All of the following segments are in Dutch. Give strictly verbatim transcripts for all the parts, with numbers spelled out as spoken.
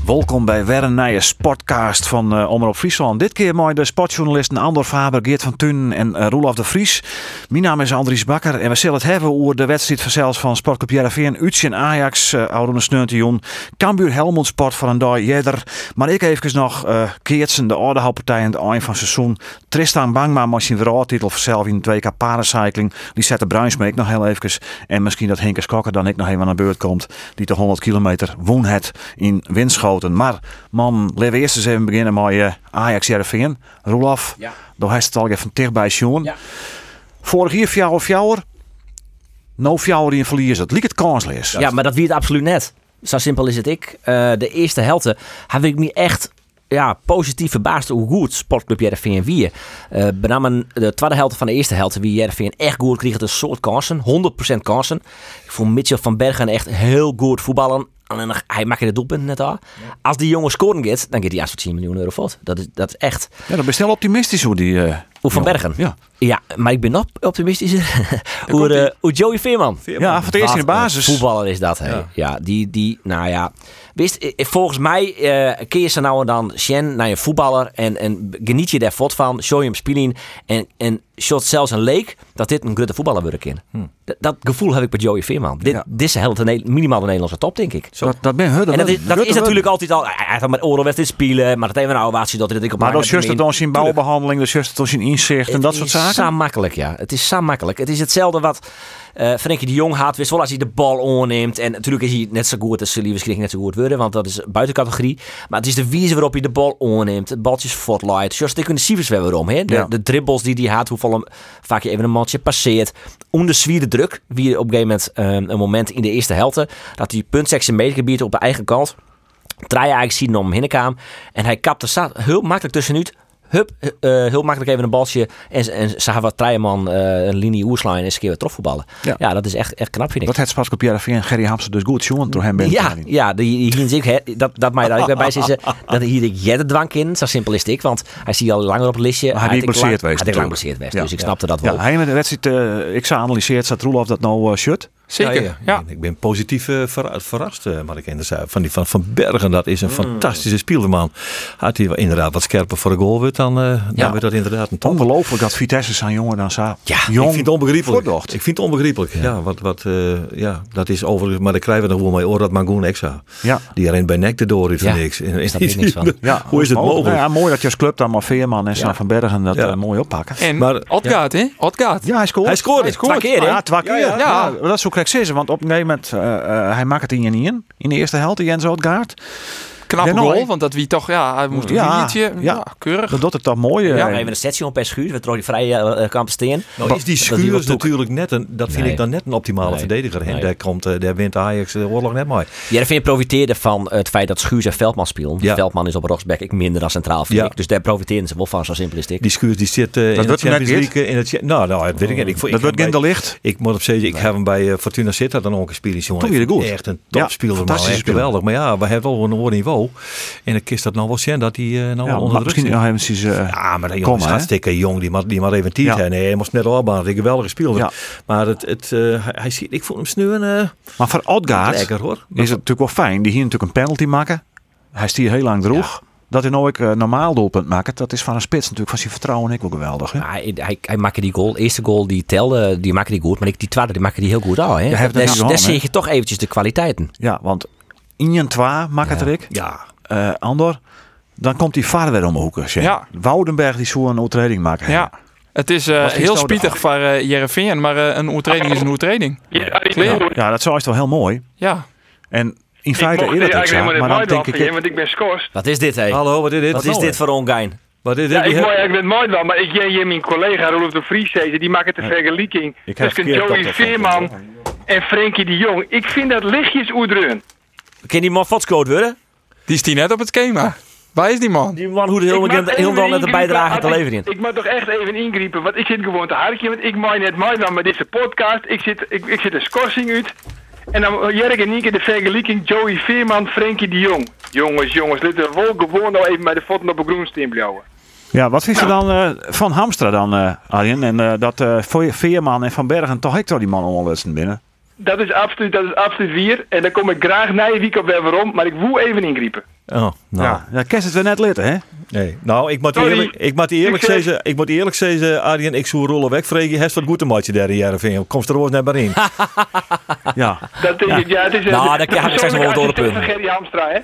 Welkom bij weer een nieuwe sportcast van uh, Omroep Friesland. Dit keer met de sportjournalisten Andor Faber, Geert van Tunen en uh, Roelof de Vries. Mijn naam is Andries Bakker en we zullen het hebben over de wedstrijd vanzelfs van Sportclub Heerenveen, Utrecht en Ajax, uh, Oude Sneuntion, Cambuur Helmond Sport van een dag eerder. Maar ik even nog uh, Keertsen, de oude houdpartij aan het eind van het seizoen. Tristan Bangma met zijn wereldtitel vanzelf in de W K Paracycling. Die zette Bruinsmeek nog heel even. En misschien dat Henk Skokker dan ik nog even aan de beurt komt. Die de honderd kilometer woon het in Winschoten. Maar man, laten we eerst eens even beginnen met uh, Ajax Heerenveen. Roelof, ja. Daar heeft het al even dichtbij Sjoen. Ja. Vorig jaar fjouwer of fjouwer. No fjouwer in verlies. Het liep het kansloos. Ja, maar dat wie het absoluut net. Zo simpel is het ik. Uh, de eerste helft heb ik me echt ja, positief verbaasd hoe goed Sportclub Heerenveen wie. Uh, Benamen de tweede helft van de eerste helft wie Heerenveen echt goed kreeg het een soort kansen. honderd procent kansen. Ik vond Mitchell van Bergen echt heel goed voetballen. En hij maakt de doelpunten net al. Ja. Als die jongen scoren gaat, dan gaat hij als voor tien miljoen euro voort. Dat is, dat is echt. Ja, dan ben je heel optimistisch hoe die. Uh, hoe Van Bergen. Ja. ja, maar ik ben nog optimistischer. hoe, uh, hoe Joey Veerman. Veerman. Ja, voor het eerst in de basis. Voetballer is dat. Hey. Ja. ja, die, die, nou ja. Wist, volgens mij uh, keer ze nou en dan Shen naar je voetballer en, en geniet je daar vod van, show je hem spelen en, en shot zelfs een leek dat dit een grote voetballer wordt kan. Hm. Dat, dat gevoel heb ik bij Joey Veerman. Dit, ja. dit is heel, minimaal de Nederlandse top, denk ik. Zo. Dat, dat ben je, dat, en dat is, dat is natuurlijk altijd al. Hij gaat met oorlogwedstrijd spelen, maar dat even een oude dat ik op. Maar dat is juist dan zijn bouwbehandeling, dat is juist dan zijn inzicht en dat soort zaken. Het is zo makkelijk, ja. Het is zo makkelijk. Het is hetzelfde wat uh, Frenkie de Jong had, wist wel als hij de bal onneemt. En natuurlijk is hij net zo goed als Sully waarschijnlijk net zo goed worden, want dat is buiten categorie. Maar het is de wijze waarop hij de bal onneemt, het baltjes fortlight. Zoals ik in de cijfers weer waarom, hè? De, ja. de dribbles die hij had, hoeveel hem vaak je even een matje passeert. Onder zwierde druk, wie op een gegeven moment um, een moment in de eerste helft dat hij puntsectie medegebied op de eigen kant. Draai eigenlijk zien om hem heen kwam en hij kapte heel makkelijk tussenuit. Hup, uh, heel makkelijk even een baltje en, en zag wat Treijerman uh, een linie oerslijn en eens een keer wat trofvoetballen. Ja. ja, dat is echt, echt knap, vind ik. Dat het Sportclub Heerenveen en Gerry Hamster dus goed jongen door hem bent. Ja, ja, die, die hier ik dat dat mij daar bij zitten dat hier ik jij de dwang in, zo simpel is het ik, want hij zie al langer op het listje. Maar hij niet geblesseerd geweest. Hij is lang geblesseerd geweest, ja. Dus ik snapte ja. dat wel. Ja, hij met de wedstrijd, uh, ik zou analyseren, zat Roelof dat nou uh, shirt. Zeker, ja, ja. ja. Ik ben positief uh, ver, verrast, uh, maar ik in de van die van Van Bergen, dat is een mm. fantastische speelman. Had hij inderdaad wat scherper voor de goal wordt, dan, uh, ja. dan wordt dat inderdaad een top. Ongelooflijk dat Vitesse zijn jongen dan zou. Ja, jong ik vind het onbegrijpelijk. Voordocht. Ik vind het onbegrijpelijk. Ja, ja wat, wat, uh, ja, dat is overigens, maar dan krijgen we nog wel mee oor dat Mangoen extra. Ja. Die rent bij nek de door is ja. niks. En, is is niks van. Ja, hoe is het mogelijk? mogelijk? Ja, mooi dat je als club dan maar Veerman en ja. Van Bergen dat ja. uh, mooi oppakken. En maar Odgaard, hè? Odgaard. Ja, hij scoort. Hij scoort. Hij scoort. Twee keer, ja, twee keer. Ja, ja. Dat is zo correct zeggen, want op Met, uh, uh, hij maakt het in je niet in. In de eerste helft, Jens Odgaard. Knappe goal, no, want dat wie toch, ja, hij moest ja, een biertje, ja, ja, keurig. Dat doet het toch mooi. Ja, even een setje op per schuur, we trouwen die vrije uh, kampen steen. Nou, is die schuur natuurlijk net een, dat vind nee. ik dan net een optimale nee. verdediger. Nee. En daar komt, uh, daar wint Ajax de oorlog net mooi. Heerenveen profiteerde van het feit dat Schuurs en Veldman spelen. Ja. Veldman is op rechtsback, ik minder dan centraal vind ja. ik. Dus daar profiteren ze wel van, zo simpel is het. Die Schuurs die zit uh, in de Champions League. In het, nou, nou, dat weet ik niet. Ik, dat ik wordt in de licht. Ik moet op zeggen, ik heb hem bij Fortuna Sittard dan ook gespeeld. Jongen, echt een topspeler, man. Echt geweldig. Maar ja, we hebben wel een hoog niveau. En ik kist dat nou wel zien dat hij uh, nou ja, onder druk zit. Ja, uh, ja, maar dat jongen is hartstikke jong. Die moet, die moet even tien ja. zijn. Nee, hij moest net al opbouwen. Hij geweldig gespeeld. Ja. Maar het, het, uh, hij, hij ziet, ik vond hem snuwen. Uh, maar voor Odgaard is het natuurlijk wel fijn. Die hier natuurlijk een penalty maken. Hij is hier heel lang droeg. Ja. Dat hij nooit uh, normaal doelpunt maakt, dat is van een spits natuurlijk van zijn vertrouwen ik ook geweldig. Hè? Ja, hij, hij, hij maakte die goal, de eerste goal die telde, die maakte die goed, maar die tweede die maakte die heel goed al. Hè? Ja, daar daar zie je toch eventjes de kwaliteiten. Ja, want in en twee maakt het ik. Ja. Uh, Andor. Dan komt die vader weer om de hoeken. Ja. Woudenberg die zo een overtreding maakt. Ja. Het is uh, heel spietig voor uh, Heerenveen, maar uh, een overtreding is een overtreding. Ja, ja, dat is toch heel mooi. Ja. En in feite eerder ik zeg, maar dan denk ik... Je, want ik ben schorst. Wat is dit, hé? Hallo, wat is dit? Wat is dit voor ongein? Wat is dit? Ja, ik mooi eigenlijk met mooi wel, maar ik jij mijn collega Roelof de Vries zei, die maakt de vergelijking tussen Joey Veerman en Frenkie de Jong. Ik vind dat lichtjes oedreun. Ken die man fotscoot worden? Die is die net op het schema. Waar is die man? Die man hoe de heel dan net een bijdrage te leveren in. Ik moet toch echt even ingrijpen, want ik zit gewoon te harken, want ik mooi net mooi wel met deze podcast. Ik zit, ik, ik zit een schorsing uit. En dan Jerk en Nieke de vergelijking Joey Veerman, Frenkie de Jong. Jongens, jongens, dit is wel gewoon nou even bij de foto op een groensteen blijven. Ja, wat vind je nou. dan uh, van Hamstra dan, uh, Arjen? En uh, dat uh, Veerman en Van Bergen toch ik toch die man onwetsen binnen? Dat is absoluut, dat is absoluut weer. En dan kom ik graag na je week op weer waarom, maar ik woe even ingrijpen. Oh, nou. Ja, ja kerst het weer net litten, hè? Nee. Nou, ik moet Sorry. eerlijk, ik moet eerlijk Succes. zeggen, ik moet eerlijk zeggen, Arjen, ik zou rollen weg. Vreeg je, heeft wat goede maatje daar in Jereveen. Komst er ooit net maar in. Ja. Dat denk ik, ja, het is Nou, een daar krijg ik straks nog wel door de punten. van Gerry Hamstra, hè?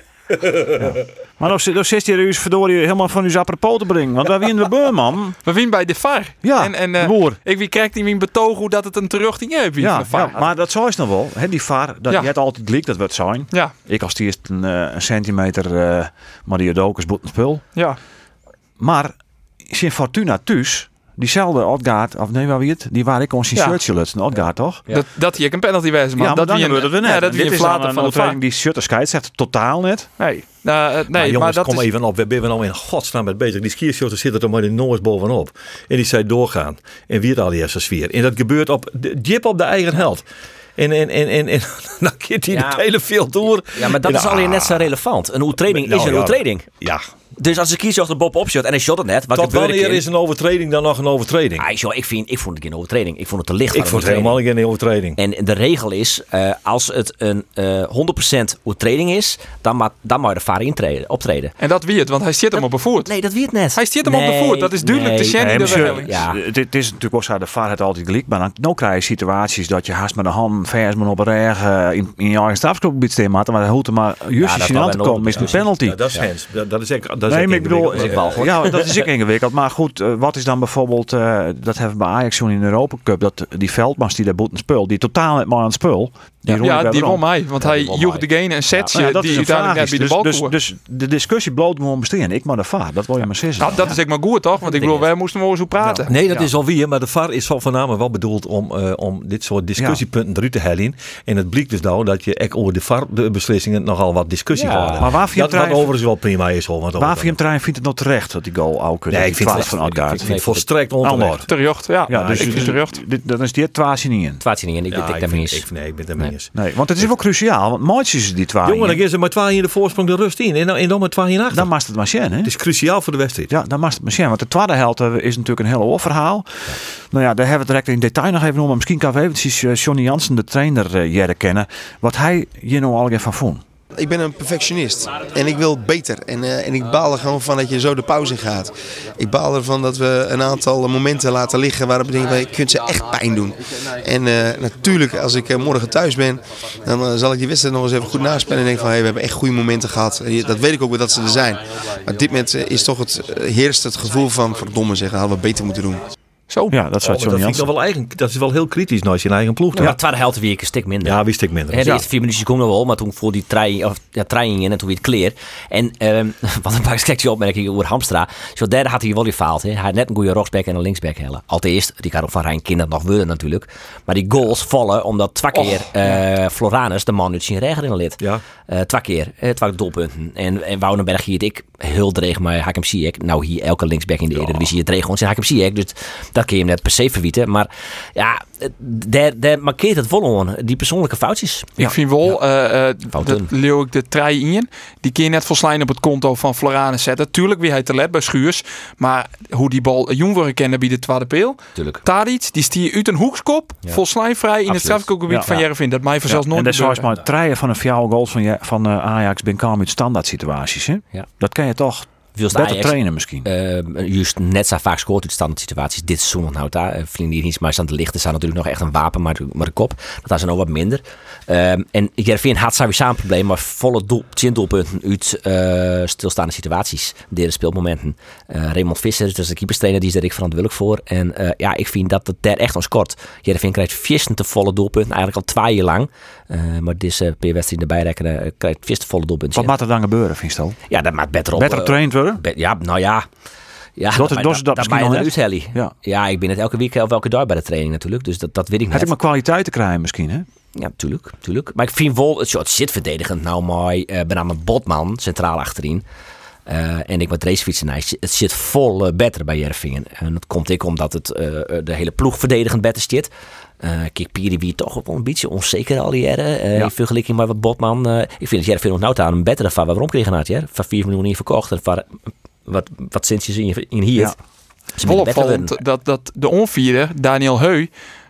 Maar dan, dan zit je er dus verdorie helemaal van uw apropos te brengen. Want wij winnen de beurman. We winnen bij de V A R. Ja, en, en, de eh, boer. Ik wie krijgt die wie betoog hoe dat het een terugding heeft. wie Ja, van de V A R. ja, maar dat zou is nog wel. Hè, die vaar, dat Ja. je hebt altijd gelijk, dat wordt zijn. Ja, Ik als het eerst een, eh, een centimeter, uh, maar die ook is boeten spul. ja. Maar Sint Fortuna thuis, diezelfde Odgaard, of nee, waar wie het? Die waar ik ons in Ja. shirtje lutsen, Odgaard toch? Ja. Dat, dat hier een penalty wezen, man. Ja, maar dat dan wie een- gebeurt het weer net. Ja, dat wie Dit een is dan flater een van de V A R. overtreding die Shutter scheidsrechter totaal net. Nee, nou, eh, nee, maar maar, jongens, dat kom is... even op. We zijn nou in godsnaam met bezig. Die skiershorten zitten er maar in Noors bovenop. En die zei doorgaan. En wie het al die eerste sfeer. En dat gebeurt op de jip op de eigen held. En, en, en, en, en dan keert hij Ja. het hele veld door. Ja, maar dat En is dan- alleen net zo relevant. Een overtreding Nou, is een ja. overtreding. Ja. Dus als de kiesjochter Bob opshot en hij shot het net, wat Tot gebeurde wanneer er? is een overtreding dan nog een overtreding? Ah, joh, ik, vind, ik vond het geen overtreding. Ik vond het te licht. Ik van vond een het helemaal overtreding. geen overtreding. En de regel is, uh, als het een uh, honderd procent overtreding is, dan, ma dan mag je de V A R intreden, optreden. En dat wie het, want hij zit hem op de voet. Nee, dat weet het net. Hij zit hem op de Nee, voet. Dat is duidelijk. nee. De Shanny Nee, de monsieur, wel. Ja. Het, het is natuurlijk ook zo, de V A R het altijd gelijk. Maar dan nou krijg je situaties dat je haast met de hand vers moet op een reg uh, in, in je eigen strafgebied staan. Maar dan hoeft er maar juist Ja, dat in wel aan te bij komen, is nodig, een penalty. Ja, dat is Hens. Dat, dat is echt. Dat is Nee, echt maar ik bedoel, ingewikkeld. wel, ja, dat is ook ingewikkeld. Maar goed, uh, wat is dan bijvoorbeeld, uh, dat hebben we bij Ajax toen in de Europa Cup, dat die Veldmans die daar boeten spul, die totaal net maar aan het spul, die roept Ja, bij die de won rond. mij. Want Ja, hij die won joeg mij. degene een setje Nou ja, dat die is een uiteindelijk vraag. net bij de Dus, bal dus, kwam. dus de discussie bloot moet bestaan. Ik maar de V A R, dat wil je maar zeggen. Nou, dat is ik maar goed, toch? Want ik bedoel, wij moesten wel eens hoe praten. Nee, dat Ja. is alweer, maar de V A R is van name wel bedoeld om, uh, om dit soort discussiepunten eruit te halen. En het blijkt dus nou dat je echt over de V A R de beslissingen nogal wat discussie Ja. gaat. Maar waar vind je dat het wat drijf- overigens wel prima is hoor. Waar vind je hem trein vindt het nog terecht dat die goal ook Nee, ik vind het van ik Odgaard. vind het volstrekt onterecht. Terecht, ja. Ja, dus, ik dus, vind terecht. dit- dan is dit twaasje niet in. Het waait je niet in. Ik Ja, ben ik het vind- niet ik- eens. Nee, ik ben het er Nee. niet eens. Nee, want het is wel cruciaal, want mooitjes is die twaalf. Jongen, dan is er maar twee in de voorsprong de rust in. En dan, en dan met twee in achter. Dan mag het maar zijn, hè? Het is cruciaal voor de wedstrijd. Ja, dan mag het maar zijn. Want de tweede helft eh, is natuurlijk een heel oorverhaal. Nou ja, daar hebben we het direct in detail nog even over. Maar misschien kan we eventjes uh, Johnny Jansen, de trainer, uh, jaren kennen. Wat hij hier nou al even van vond. Ik ben een perfectionist en ik wil beter. En, uh, en ik baal er gewoon van dat je zo de pauze in gaat. Ik baal ervan dat we een aantal momenten laten liggen waarop ik denk, je kunt ze echt pijn doen. En uh, natuurlijk, als ik uh, morgen thuis ben, dan uh, zal ik die wedstrijd nog eens even goed naspelen. En denk van, hey, we hebben echt goede momenten gehad. En dat weet ik ook wel dat ze er zijn. Maar op dit moment uh, is toch het, uh, heerst het gevoel van, verdomme zeg, dat hadden we beter moeten doen. Zo. Ja, dat zou Oh, maar Johnny dat, vind ik Jansen. nog wel eigen, dat is wel heel kritisch nou als je een eigen ploeg Ja, hebt. maar de tweede helft weer een stuk minder. Ja, wist ik minder. Hè, de Ja. eerste vier minuutjes kon nog wel, maar toen voor die trein, of ja, trein in en toen weer het kleer. En um, wat een paar slechte opmerkingen over Hamstra. Zo derde had hij wel weer faald. Hè. Hij had net een goede rocksback en een linksback hellen. Allereerst, die kan ook van Rijn Kinder nog worden natuurlijk. Maar die goals vallen omdat twee keer uh, Floranus de man uit zijn reger in de lid. Ja. Uh, twee keer, uh, twee doelpunten. En, en Woudenberg hier het ik heel dreig, maar Hakem Ziyech. Nou hier elke linksback in de Eredivisie, het dreig gewoon zijn Hakem Ziyech. Dus dat kun je hem net per se verwieten. Maar ja, daar, daar markeert het vol aan. Die persoonlijke foutjes. Ik vind wel, eh, eh, Fouten. dat leeuw ik de trui in. Die kun je net volslijn op het konto van Floranus zetten. Tuurlijk weer hij te let bij Schuurs. Maar hoe die bal jong worden kennen bij de tweede peel. Tuurlijk. Tadic, die stier uit een hoekskop. Ja. Volslijn vrij in het Absoluut. strafgebied Ja. van Jereveen. Dat mij vanzelfs Ja, nooit en dat is gebeuren. zoals maar treien van een vier goals van, je, van uh, Ajax ben kalm uit standaard situaties. Hè? Ja. Dat kan je toch Veel beter Ajax, trainen misschien. Uh, juist net zo vaak scoort uit standaard situaties. Dit seizoen onthoudt daar. Uh, Vlinder niet, maar aan de lichten staan natuurlijk nog echt een wapen, maar, maar de kop. Dat is er nog wat minder. Um, en Jereveen had sowieso een probleem, maar volle doel, tien doelpunten uit uh, stilstaande situaties. Derde speelmomenten. Uh, Raymond Visser, dat is de keeperstrainer, die is daar ik verantwoordelijk voor. En uh, ja, ik vind dat het daar echt ons kort. Jereveen krijgt vierste volle doelpunten, eigenlijk al twee jaar lang. Uh, maar deze per wedstrijd erbij rekenen, uh, krijgt vierste volle doelpunten. Wat moet er dan gebeuren, vind je dat? Ja, dat maakt beter op. Beter uh, getraind worden? Be- Ja, nou ja. Ja, Dat is- dat is- dat misschien bij wel een net. uithelly. Ja. Ja, ik ben het elke week of elke dag bij de training natuurlijk. Dus dat, dat weet ik Had net. ik maar kwaliteit te krijgen misschien, hè? Ja, tuurlijk, tuurlijk. Maar ik vind wel, het, het zit verdedigend nou mooi. Uh, bijna een Botman, centraal achterin. Uh, en ik met racefietsen, nou, het zit vol uh, beter bij Jervingen. En dat komt ik omdat het uh, de hele ploeg verdedigend beter zit. Uh, kijk, Piri wie toch wel een beetje onzeker al die jaren. Uh, Ja. In vergelijking met wat Botman. Uh, ik vind dat Jervingen nog nou aan een betere van waarom kregen had je? Van vier miljoen in verkocht en van wat, wat centjes in, in hier. Ja. Ze Wel moeten beter opvallend worden. dat, dat de onvierde, Daniel Heu,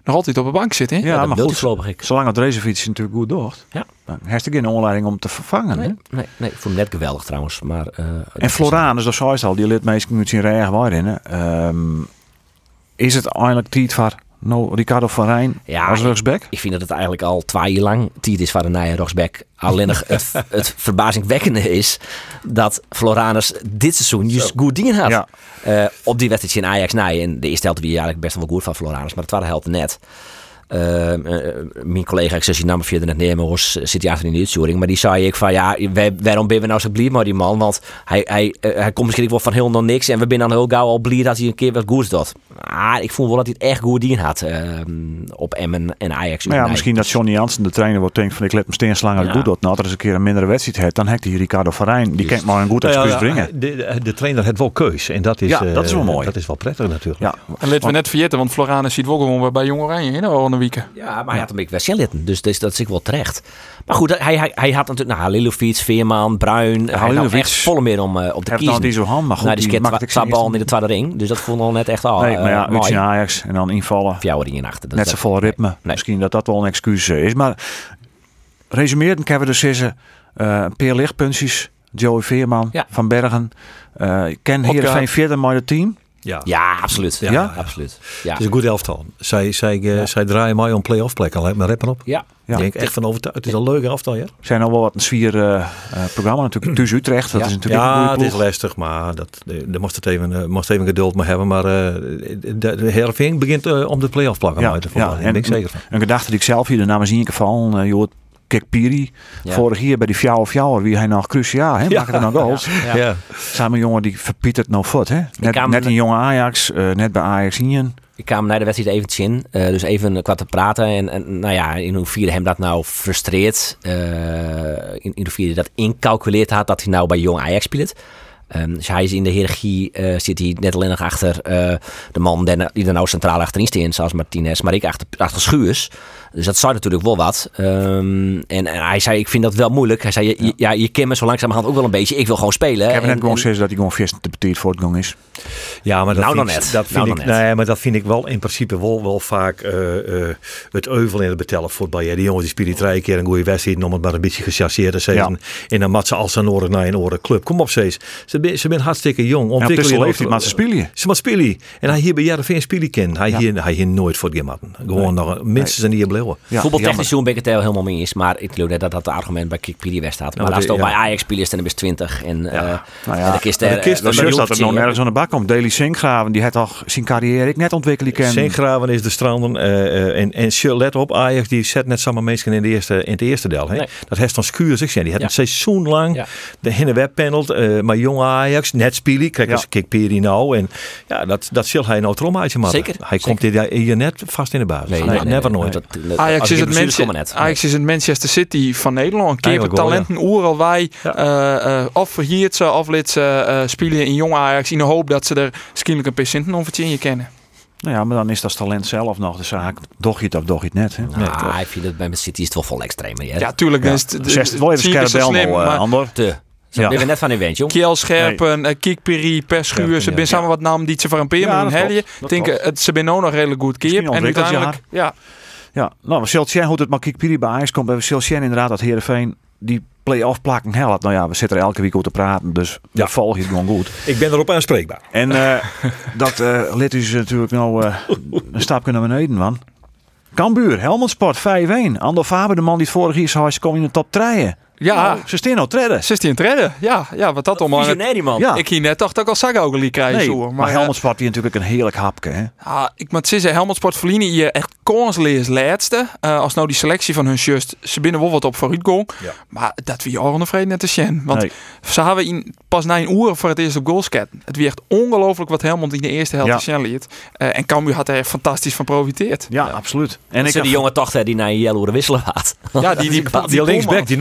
nog altijd op de bank zit. Hè? Ja, Ja, dat maar wil goed, hij voorlopig ik. zolang het racefiets natuurlijk goed docht, Ja. dan heeft er geen onleiding om te vervangen. Nee, hè? nee, nee, ik vond hem net geweldig trouwens. Maar, uh, En Floranus, dat zei je al, die lid meestal met zijn regen waarin. Um, is het eigenlijk tijd voor nou, Ricardo van Rijn Ja, als rechtsback? Ik vind dat het eigenlijk al twee jaar lang tijd is voor de nieuwe rechtsback. Alleen nog het, het verbazingwekkende is dat Floranus dit seizoen juist goed dingen had. Ja. Uh, op die wedstrijd in Ajax nee, en de eerste helft wie eigenlijk best wel goed van Floranus, maar de tweede helft net. Uh, uh, mijn collega, ik zeg je naam via het nemen, was zit hij achter in de uitzending, maar die zei ik van ja, wij, waarom ben we nou zo blij met die man? Want hij, hij, uh, hij komt misschien wel van heel nog niks en we zijn dan heel gauw al blij dat hij een keer wat goeds doet. Ah, ik vond wel dat hij het echt goed dien had uh, op Emmen en Ajax. Maar ja, misschien dat Johnny Jansen, de trainer, wordt denkt van ik let me steen slangen Ja. goed doet. Nou, als er eens een keer een mindere wedstrijd heeft, dan heeft hij Ricardo van Rijn. Die kan maar een goed Nou ja, excuus brengen. De, de, de trainer heeft wel keus. En dat is, Ja, dat is wel eh, mooi. Dat is wel prettig natuurlijk. Ja, En laten we net vergeten, want Floranus ziet wel gewoon weer bij Jong Oranje in de een week. Ja, maar hij had een beetje wedstrijden, dus dat is, dat is ik wel terecht. Maar goed, hij, hij, hij had natuurlijk, nou, Halilovic, Veerman, Bruin, hij had nou Halilovic echt volle meer om, uh, om te heeft kiezen. nou die zo hand, maar goed, nou, die die sket maakt ik twee zijn ballen in de tweede ring, dus dat vond al net echt al nee, uh, maar ja, mooi. uit in Ajax en dan invallen. Fjouwer in achter. Net zo vol ritme. Nee. Misschien dat dat wel een excuus is. Maar resumeerd, kunnen we dus zeggen, uh, Peer Lichtpuntjes, Joey Veerman, Ja. Van Bergen. Uh, ken Opgaat. Heerenveen verder met het team? Ja. Ja, absoluut. Ja? Ja, absoluut. Ja. Het is een goed elftal. Zij, zij, uh, Ja. zij draaien mij om play-off plekken. Let maar reppen op. Ja. Ja. Ik denk echt van overtuigd. Het is een leuke elftal, ja? Zijn al wel wat een zwier uh, uh, programma natuurlijk. Thuis Utrecht, dat Ja. is natuurlijk een Ja, goede het ploeg. is lastig, maar dat, daar moest het even, uh, moest even geduld mee hebben. Maar uh, de, de Heerenveen begint uh, om de play-off plakken Ja, uit te ja, voetballen. Daar ben ik en- zeker van. Een gedachte die ik zelf hier de naam zie ik van, uh, je hoort Kekpiri. Ja. Vorig jaar bij die Fjouwer Fjouwer, wie hij nog cruciaal, hè? Maakt er nou goals. Ja. Ja. Samen jongen die verpietert nou voort, hè? Net, kwam- net een jonge Ajax, uh, net bij Ajax Ien. Ik kwam naar de wedstrijd eventjes in, uh, dus even qua te praten. En, en nou ja, in hoeverre hem dat nou frustreert. Uh, in, in hoeverre dat incalculeerd had dat hij nou bij Jong Ajax speelt. Um, dus hij is in de hiërarchie, uh, zit hij net alleen nog achter uh, de man die, die er nou centraal achterin staat, zoals Martinez, maar ik achter, achter Schuurs. Dus dat zou natuurlijk wel wat. Um, en, en hij zei, ik vind dat wel moeilijk. Hij zei, je, ja. ja, je kent me zo langzamerhand ook wel een beetje. Ik wil gewoon spelen. Ik heb en, net gewoon en- gezegd dat hij gewoon vast te petiet voor het gang is. Ja, maar dat Nou vind, nog net. dat vind Nou ik, nog net. nee, maar dat vind ik wel in principe wel, wel vaak uh, uh, het euvel in het betellen voetbal. Ja, die jongens die spelen drie keer een goede wedstrijd, om het maar een beetje gechasseerd te zeggen. Ja. En dan mat ze als een oren naar een oren club. Kom op, Cees. Ze zijn ze ben hartstikke jong. Ja, op Ontwikkel deze je leeftijd, maar ze spelen. Ze moet spelen. En hij hier bij Heerenveen spelen kan. Hij Ja. hier, hij hier nooit voor het gematten. Gewoon nog een- minstens een hier blijven. Ja, Voetbaltechnisch ben ik het er helemaal mee eens. Maar ik geloof net dat dat het argument bij Kikpili weg staat. Maar Nou, als het de- ook ja. bij Ajax speelt, dan is het twintig. En, uh, Nou ja, en de kist de er, kist- uh, Dat dan is dat hoeft er nog je- nergens aan de bak komt. Daily Sinkgraven, die heeft toch zijn carrière ik net ontwikkeld kennen. Sinkgraven is de stranden. Uh, uh, en, en Sjoerd, let op, Ajax die zet net samen mensen in de eerste, in het eerste deel. Hè? Nee. Dat heeft dan Schuurs. Ik zei, die had Ja. een seizoen lang Ja. de hinne webpanelt. Uh, maar jong Ajax, net spelen. Kijk, Ja. als kijk Peri nou. En ja, dat, dat zal hij nou trommaatje maken. Zeker, Hij komt hier, hier net vast in de basis. Nee, Nee, nee, nee, never nee, nooit. dat- dat- Ajax als is, ik het in bestuur kom, Manchester, net. Ajax is het Manchester City van Nederland. Een keer Eigenlijk wel, talenten, oeral wij. Ja. Uh, uh, of verhiert ze, of liet ze uh, spelen in jong Ajax. In de hoop dat ze er misschien een patiënten om je kennen. Nou ja, maar dan is dat talent zelf nog de zaak. Doch je het of doch je het net. Hè? Nou, ik vind het bij City is het wel vol extremer. Ja, Ja, tuurlijk. Ja. Dan is het, Zes, wel even zie ik het scherp zo bel slim, nou, uh, maar Andor. te. Zo Ja. ben je net van een event, jong. Kjell Scherpen, nee. Kikperi, Per Schuur. Ze ja. zijn samen wat namen die ze voor een peer Ja, moeten dat klopt. helje. Dat Ik denk, klopt. het, ze zijn ook nog redelijk goed keer. Misschien En ontwikkelt uiteindelijk, ja. Ja, nou, we zullen zien hoe het maar Kikpiri bij Ajax komt. We zullen zien inderdaad dat Heerenveen die play-off plakken helpt. Nou ja, we zitten er elke week over te praten, dus Ja. dat volg je gewoon goed. Ik ben erop aanspreekbaar. En uh, dat uh, liet u ze natuurlijk nou uh, een stapje naar beneden, man. Cambuur, Helmond Sport vijf een. Andor Faber, de man die het vorig jaar zei, ze komen in de top drie. Ja, Nou, ze staan nou treden. zestien treden. Ja, ja, wat dat allemaal. Visionair die man. Ja. Ik hier net dacht dat ik al Saga-olie krijgen. Nee, zo, maar, maar Helmond Sport die natuurlijk een heerlijk hapje. Hè? Ja, ik moet zeggen, Helmond Sport verliezen je echt kansloos laatste. Uh, als nou die selectie van hun just, ze binnen wel wat op vooruitgang. Ja. Maar dat wie ook nog vrede net te zien. Want Nee. ze hebben in, pas na een uur voor het eerst op goalscat. Het werd echt ongelooflijk wat Helmond in de eerste helft Ja. te zien liet. Uh, en Cambuur had er fantastisch van profiteerd. Ja, absoluut. En En ik ik die jonge tochter die naar Jelloeren wisselen gaat. Ja, die, die, Die linksback, die noemen sexy.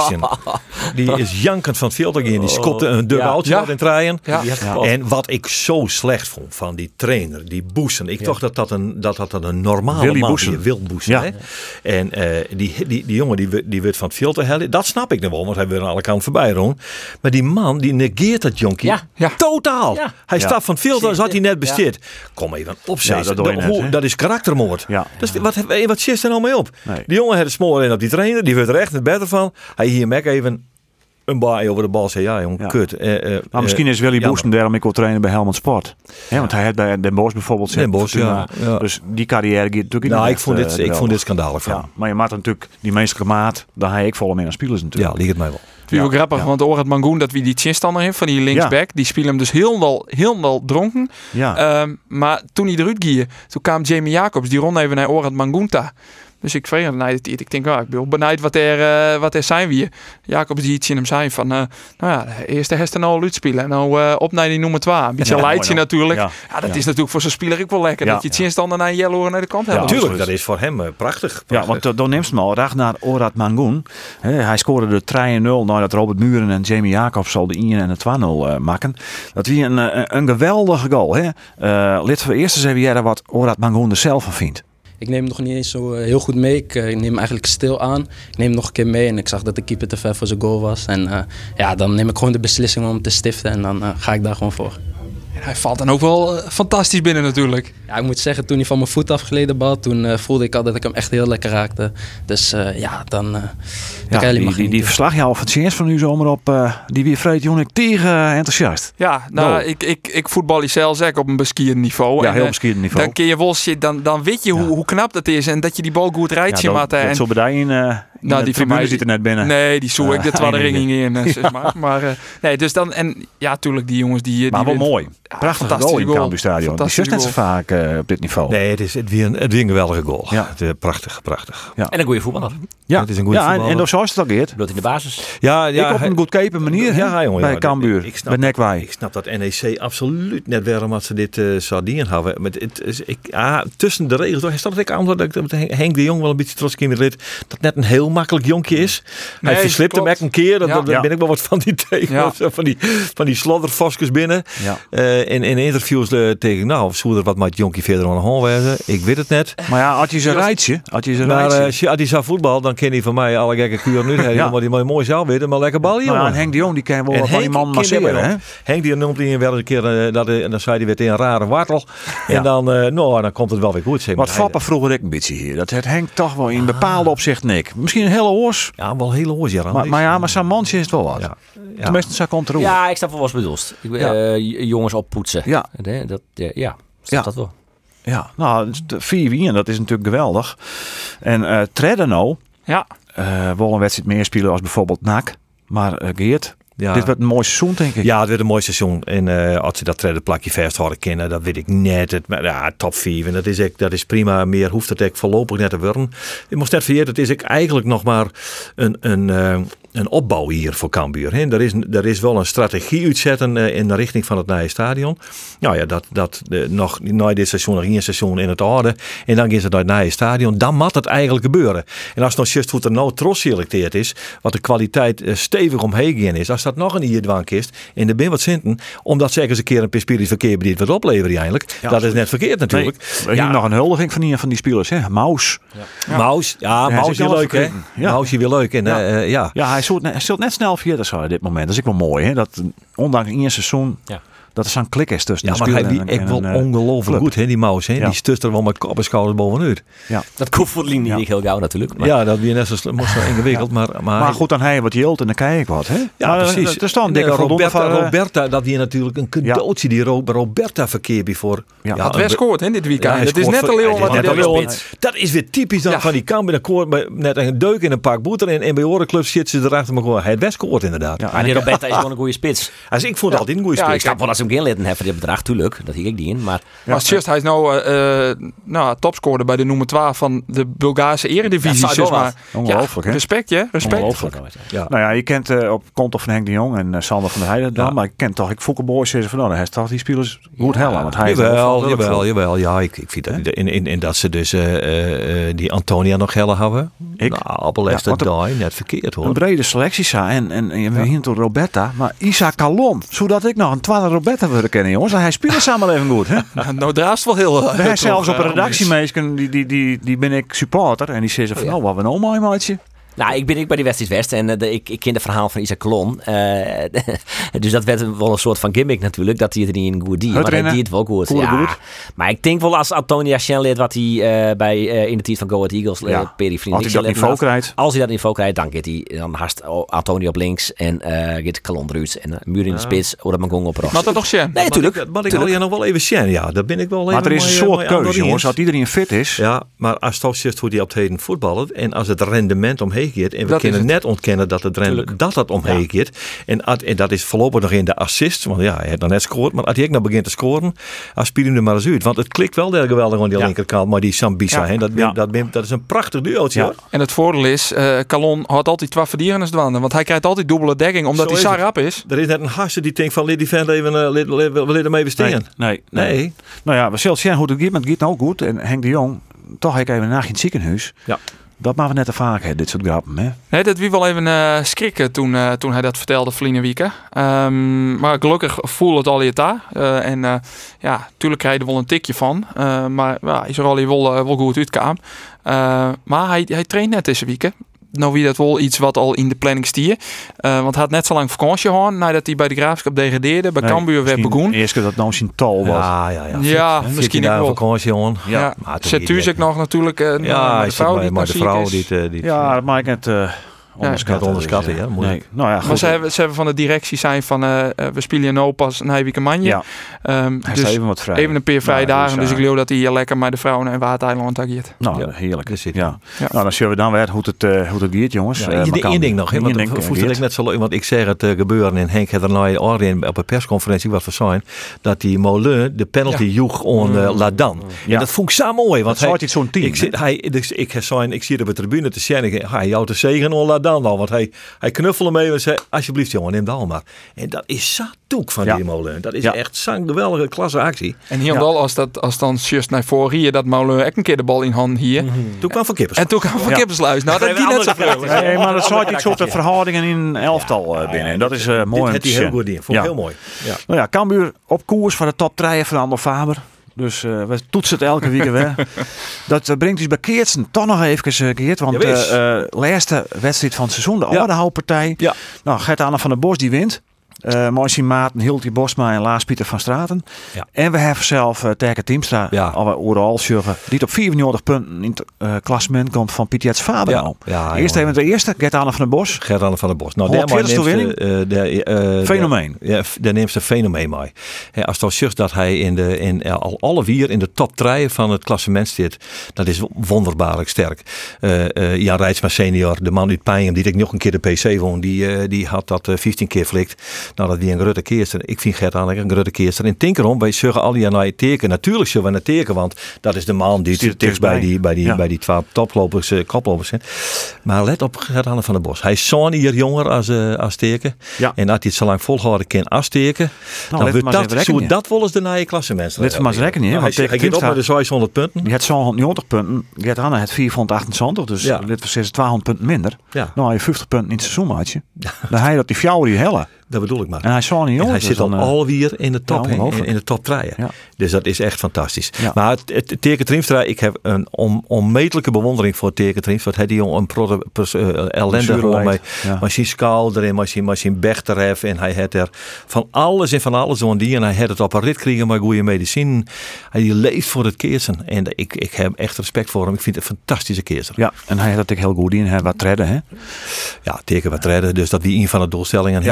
Christian. Die is jankend van het veld gaan. Die schopte een dubbel Ja. oudje Ja. uit in treien. Ja. Ja. En wat ik zo slecht vond van die trainer, die Boesen. Ik dacht dat dat een, dat dat een normale Willy man Boesen. is. Wil Boesen. Ja. Hè? En uh, die, die, die jongen die, die wordt van het veld te hellen. Dat snap ik nog wel, want hij wil aan alle kanten voorbij doen. Maar die man die negeert dat jonkie Ja. Ja. totaal. Ja. Hij Ja. staat van het veld als had hij net Ja. besteed. Kom even opzetten. Ja, dat doe je Dat- net, hoe- hè? dat is karaktermoord. Ja. Dat is, wat, wat zit er nou mee op? Nee. Die jongen had een smoor in op die trainer. Die werd er echt het beter van. Hij hier mek even een baai over de bal. Zei ja jongen, Ja. kut. Eh, eh, Nou, misschien is Willy jammer. Boesten daarom ik wil trainen bij Helmond Sport. Hè, want hij had bij Den Bosch bijvoorbeeld Den zitten, Bosch, Fortuna. ja, ja. Dus die carrière gaat natuurlijk Nou, niet ik echt, vond eh, dit, ik vond geweldig. dit schandalig van. Ja, maar je maakt natuurlijk die menselijke maat, daar heb ik volle meer aan spelers Ja, natuurlijk. liegt het mij wel. Het is wel Ja. grappig, Ja. want Orad Mangoen, dat wie die chinstander heeft van die linksback, die spelen hem dus helemaal, helemaal dronken. Ja. Ehm, maar toen hij eruit ging, toen kwam Jamie Jacobs, die rond even naar Orad Mangoen ta. Dus ik vreeg hem naar het Ik denk, ja, ik ben wel benieuwd wat er, uh, wat er zijn wie. Jacobs die iets in hem zei van, uh, nou ja, de eerste hesten al uitspelen en nou uh, op naar die nummer twee. Een beetje Ja, ja, mooi dan. natuurlijk. Ja. Ja, dat Ja. is natuurlijk voor zo'n speler ook wel lekker. Ja. Dat je het chinstander naar een yellow naar de kant Ja, hebt. Natuurlijk, absoluut. dat is voor hem eh, prachtig. Ja, prachtig. want uh, dan neemt ze hem al. Ragnar Orad Mangoen. Hè, hij scoorde de drie nul nadat Robert Muren en Jamie Jacobs al de één en de twee nul uh, maken. Dat was een, uh, een geweldige goal. Hè? Uh, Lid voor eerst eens even jaren wat Orad Mangoen er zelf van vindt. Ik neem hem nog niet eens zo uh, heel goed mee. Ik, uh, ik neem hem eigenlijk stil aan. Ik neem hem nog een keer mee en ik zag dat de keeper te ver voor zijn goal was. En uh, ja, dan neem ik gewoon de beslissing om hem te stiften en dan uh, ga ik daar gewoon voor. En hij valt dan ook wel uh, fantastisch binnen natuurlijk. Ja, ik moet zeggen, toen hij van mijn voet afgeleden bal, toen uh, voelde ik al dat ik hem echt heel lekker raakte. Dus uh, ja, dan, uh, dan Ja, kan je die, helemaal die, die verslagjouwer van het Sjeers van u zomer op, uh, die weer vreet Jonik tegen uh, enthousiast. Ja, nou, Wow. ik, ik, ik voetbal die zelfs ook op een beskierd niveau. Ja, en, heel uh, beskierd niveau. Dan kun je wel zien, dan, dan weet je hoe, Ja. hoe knap dat is en dat je die bal goed rijdt. Ja, Ja, dat, dat zo bij die in, uh, in Nou, de die van tribune mij- zit er net binnen. Nee, die zoek ik de Uh, tweede eindigen. ringing in. uh, zeg maar maar uh, nee, dus dan, en ja, tuurlijk, die jongens die. Maar die wel win- mooi. Ja, Prachtige fantastische goal in het goal. Cambuurstadion. Die Fantastische zus net zo goal. vaak uh, op dit niveau. Nee, het is, het weer een, het weer een geweldige goal. Ja. Het, uh, prachtig, prachtig. Ja. En een goede voetballer. Ja, het is een goede ja, en, voetballer. en door zoals het al geert. Bloot in de basis. Ja, ja, ik op hij- een goedkope manier hè, ja, jongen, bij ja, Cambuur, ik- ik snap- bij Nekwai. Ik snap dat N E C absoluut net waarom dat ze dit uh, zouden hebben. Maar het is, ik, ah, tussen de regels, hij staat ik aan dat, dat Henk de Jong wel een beetje trots in de lid. Dat net een heel makkelijk jonkje is. Nee, hij verslipt hem klopt. echt een keer. Dat, Ja. dat- daar Ja. ben ik wel wat van die tegen. Ja. Van die, van die slodderfoskers binnen. Ja. Uh, in, in interviews uh, tegen, nou, zou er wat met jonkie verder aan de hand wezen. Ik weet het net. Maar ja, had je zijn rijtje, had je zijn Maar rijtje. uh, als je- als hij zou voetbal, dan ken hij van mij alle gekke kuren nu. Ja. Ja. Maar die mooi, mooi zou weten, maar lekker bal, Nou, jongen. en Henk de Jong die kan wel En wat van die Henk man kent hem masseren, wel. hè? Henk die noemt hij wel een keer, uh, dat, uh, en dan zei hij weer tegen een rare wartel. Ja. En dan, uh, nou, dan komt het wel weer goed. Zeg maar. Wat Fapper vroeger ik een beetje hier. Dat het Henk toch wel in bepaalde opzicht nik. Misschien een hele oors. Ja, wel heel hoor, ja. Maar, maar ja, maar zijn mandje is het wel wat. Ja. Ja. Tenminste, zij komt er ook. Ja, ik snap wel wat je bedoelt. Ik, Ja. eh, j- jongens oppoetsen. Ja. Nee, dat, ja, ja, snap Ja. dat wel. Ja, nou, vier wien, dat is natuurlijk geweldig. En uh, Tredeno, Ja, uh, wel een wedstrijd meer spelen als bijvoorbeeld N A C. Maar uh, Geert, Ja. dit wordt een mooi seizoen, denk ik. Ja, het werd een mooi seizoen. En uh, als ze dat treden plakje vast hadden kennen, dat weet ik net. Het, maar ja, top vier. En dat is, echt, dat is prima. Meer hoeft het echt voorlopig net te worden. Ik moest net vergeten, het is ook eigenlijk nog maar een, een, uh, een opbouw hier voor Cambuur. Hè. Er, is, er is wel een strategie uitzetten uh, in de richting van het nieuwe stadion. Nou ja, dat, dat uh, nog na dit seizoen nog één seizoen in het orde. En dan is het naar het nieuwe stadion. Dan moet het eigenlijk gebeuren. En als het nog juist hoe er nou trots selecteerd is, wat de kwaliteit uh, stevig omheen gaan is, als dat nog een hier dwaankist in de bin wat zinten, omdat ze eens een keer een pispirisch verkeer bediend wat opleveren eigenlijk. Ja, dat is net verkeerd natuurlijk. Nee, hier Ja. nog een huldiging van die, van die spelers, hè? Maus. Ja. Maus, ja, hij Maus zit weer zelf leuk hè. verkregen. Ja. Maus weer leuk. En Ja. ja. Uh, ja. Ja, hij zult net, hij zult net snel verder zo op dit moment. Dat is ook wel mooi, hè? Dat ondanks één seizoen, Ja. dat er zo'n klik is tussen Ja, de maar hij speler wie en- echt en wel een, uh, ongelooflijk club. goed hè, die Maus hè. Ja. Die stust er wel met kop en schouders bovenuit. Dat komt voor de linie Ja. niet heel gauw natuurlijk. Maar Ja, dat weer net zo, sl- moest zo ingewikkeld, maar, maar, Maar goed, dan hij wat jilt en dan kijk ik wat, hè? Ja, Maar, precies. Er is dan een dikke En, uh, voldoende Roberta, van... uh, Roberta, dat weer natuurlijk een cadeautje die Ro- Roberta verkeer bij voor. Ja, had een- weer scoort hè, dit weekend. Ja, hij het is scoort net voor- een leeuw hij wat is hij net deed. een leeuw. spits. Dat is weer typisch dan Ja. van die Cambuur. Dan koort bij- net een deuk in een pak boeter. En, en bij orenclubs zitten ze erachter. Maar gewoon, hij het best scoort inderdaad. Ja, Maar die Roberta is gewoon een goede spits. Dus ik vond het altijd een goede Ja, spits. Ik snap wel dat ze hem geen litten hebben voor dit bedrag, tuurlijk. Dat hier ik die in. Maar Maar als just, hij is nou, uh, nou topscorer bij de nummer twaalf van de Bulgaarse eredivisie. Dat zou Zeg wel maar. Ongelooflijk, ja, hè? respect, hè? Respect. Ongelooflijk. Ja. Nou ja, je kent uh, op konto van Henk de Jong en uh, Sander van der Heijden dan, Ja. maar ik ken toch, ik Foukeboy zeggen van, nou, hij staat die spelers goed hel aan. Want hij is Jawel, wel- jawel, jawel. Ja, ik, ik vind dat, in, in, in dat ze dus uh, uh, die Antonia nog helle hebben. Ik? Nou, op een Ja, want ja, net verkeerd hoor. een brede selectie sa en, en, en we hier tot Roberta, maar Isa Kalom, zodat ik nog een tweede Roberta wilde kennen, jongens. Hij speelt samen even goed, hè? Nou, nou draast wel heel. We hebben zelfs op een een redactiemeesken, die, die, die, die ben ik supporter en die zeggen van, Ja. nou, wat we nou mooi maatje. nou, ik ben ik bij die wedstrijd West en uh, de, ik, ik ken het verhaal van Isaac Colon. Uh, dus dat werd wel een soort van gimmick natuurlijk, dat hij het er niet in goed die. Maar hij rennen. deed het wel goed. Goede Ja. goed. Maar ik denk wel als Antonia Chen leert wat hij uh, bij uh, in de tijd van Go Ahead Eagles uh, Ja. periferiek Als hij dat leert niveau had. krijgt. Als hij dat niveau krijgt, dan gaat hij dan haast Antonia op links en uh, gaat Colon eruit en uh, Muur in de spits, of dat Mangong op rechts. Maar dat nog Sjen. Nee, natuurlijk. Maar ik, maar ik wil je nog wel even zien. Ja, daar ben ik wel even. Maar er is een mooi, soort mooi aan keuze, doorheen. jongens. Als iedereen fit is, Ja, maar als het zegt hoe die op het heden voetballen en als het rendement omheen gaat en we Dat is kunnen het. net ontkennen dat het rendement dat het omheen gaat en, als- en dat is voorlopig nog in de assist, want ja, hij heeft nog net gescoord, maar als hij ook nog begint te scoren, als speel hem er maar eens uit, want het klikt wel der geweldig aan die Ja. linkerkant, maar die Sambisa, Ja. hè, dat, ben- Ja. dat, ben- dat is een prachtig duootje. Ja. hoor. En het voordeel is, uh, Calon had altijd twee verdieners dwanden. Want hij krijgt altijd dubbele dekking, omdat Zo hij is zo het. rap is. Er is net een hasse die denkt van, laat die vent even, uh, laat- laat- we willen hem even nee, staan. nee, nee. Nee. Nou ja, we zullen zien hoe het gaat, maar het gaat nou goed. En Henk de Jong, toch ik even naar in het ziekenhuis. Ja. Dat maken we net te vaak, hè, dit soort grappen, hè. Nee, dat wie wel even uh, schrikken toen, uh, toen hij dat vertelde, verleden weken. Um, maar gelukkig voelde het al je daar. Uh, en uh, ja, tuurlijk krijg je er wel een tikje van. Uh, maar ja, is er al hier wel, uh, wel goed uitkwam. Uh, maar hij, hij traint net deze weken. Nou wie dat wel iets wat al in de planning stier. Uh, want hij had net zo lang vakantie gehad nadat hij bij de Graafschap degradeerde. Bij Nee, Cambuur werd misschien begonnen. Eerst keer dat nou zijn tal was. Ja, ja, ja. Ja, Fit- misschien fit ook wel. vakantie, jongen. Ja, Ja, maar toch zet niet Tuzek lekker. nog natuurlijk. Uh, Ja, de hij vrouw zit die bij, maar de ziek vrouw is. die, het, uh, die Ja, dat maak ik net uh, onderschatten. net onderschatten, Dus, ja, uh, moeilijk. nee. Nou ja, goed. Maar ze hebben, ze hebben van de directie zijn van uh, uh, we spelen nou pas een weekend manje. Ja, Um, hij dus is even wat vrij. even een paar vrije Ja, dagen. dus, Dus ja. ik geloof dat hij hier lekker met de vrouwen en Waardeiland ageert. Nou, Ja, heerlijk. daar zit Ja. Ja. Nou, dan zullen we dan weer hoe het, uh, hoe het gaat, jongens. Ja, Uh, één maar kan- één ding nog, hè, één want ding, dat uh, voelde ik Geert. net zo leuk, want ik zeg het uh, gebeuren en Henk had er nou al op een persconferentie wat voor zijn, dat die Molen de penalty Ja. joeg aan uh, Ladan. Ja. En dat vond ik zo mooi, want Dat is altijd zo'n team, Ik, zit, hij, dus ik, zijn, ik zie er op de tribune te zien, ik, hij jou te zegen aan Ladan al, want hij, hij knuffelde mee en zei, alsjeblieft jongen, neem de al maar. En dat is zo toek van Ja. die Molen. Dat is Ja. echt zo'n geweldige klasse actie. En hier Ja. wel als dat als dan just naar voren hier dat Moulin ook een keer de bal in hand hier. Toen kwam Van Kippers. En toen kwam Van Ja. Kippersluis. Nou, dat Even die net zo andere vrolijk. Nee, maar dat zorgt iets op de verhoudingen in een elftal uh, binnen. En dat is uh, mooi Dit om had te hij heel zien. goed in. Vond ik Ja. heel mooi. Ja. Nou ja, Cambuur op koers voor de top drie van Ander Faber. Dus uh, we toetsen het elke week weer. Dat uh, brengt ons bij Keertsen toch nog even, uh, Geert. Want de Jawel. uh, uh, laatste wedstrijd van het seizoen, de Ja. Oudehoutpartij. Ja. Nou, Gert-Anne van der Bos die wint. Uh, Moisje Maarten, Hilti Bosma en Laas Pieter van Straten. Ja. En we hebben zelf uh, Terke Teamstra, Ja. alweer overal sjuggen, die op vierenveertig punten in het uh, klassement komt van Piet Jets Faber. Ja. nou. Ja, Eerst jongen. even de eerste, Gert-Anne van der Bos. Gert-Anne van der Bos. Nou, honderdveertigste daar winning? neemt ze, uh, de, uh, Fenomeen. de- Ja, f- daar neemt ze fenomeen mee. Hè, als het zegt dat hij in de, in, uh, al alle vier in de top drie van het klassement zit, dat is wonderbaarlijk sterk. Uh, uh, Jan Rijtsma senior, de man uit Pijnjem, die ik nog een keer de P C won, die, uh, die had dat uh, vijftien keer flikt. Nou, dat die een grote keerster. Ik vind Gert-Anne een grote keerster. In Tinkerom, wij zeggen al die naar het teken. Natuurlijk zullen we naar teken, want dat is de man die Zit het dichtst bij die, bij die, Ja. bij die twaalf toplopers, uh, koplopers zit. Maar let op Gert-Anne van der Bos. Hij is zo'n hier jonger als, uh, als teken. Ja. En als hij het zo lang volhouden kan als teken, Nou, dan let maar wordt eens dat, even zo rekenen. dat volgens de naaie klasse mensen. Let maar eens rekenen, hè, Nou, want hij, tegen hij gaat op Teamstra- met de zeshonderd punten. Die had tweehonderdnegentig punten. Gert-Anne had vierhonderdachtenzeventig. Dus Ja. dit was tweehonderd punten minder. Ja, Nou, je vijftig punten in het seizoen, maatje. Dan hij dat die fjouwer die helle. dat bedoel ik maar. En hij is zo niet En jong. hij dus zit al dan, uh, alweer in de top, ja, hè, in, ongelooflijk. in de top drie. Ja. Dus dat is echt fantastisch. Ja. Maar het, het Teke Triemstra, ik heb een on, onmetelijke bewondering voor Teke Triemstra. Wat hij die jongen een pro, pers, uh, ellende gewoon mee. Ja. Maar zijn schouder en maar zijn, maar zijn bechter heeft. En hij had er van alles en van alles aan die. En hij had het op een rit kregen met goede medicine. Hij leeft voor het keersen. En ik, ik heb echt respect voor hem. Ik vind het een fantastische keerser. Ja, en hij had dat ik heel goed in. Hij wat redden, hè? Ja, Teke wat redden. Dus dat wie een van de doelstellingen. Ja. Ja. Als Petoer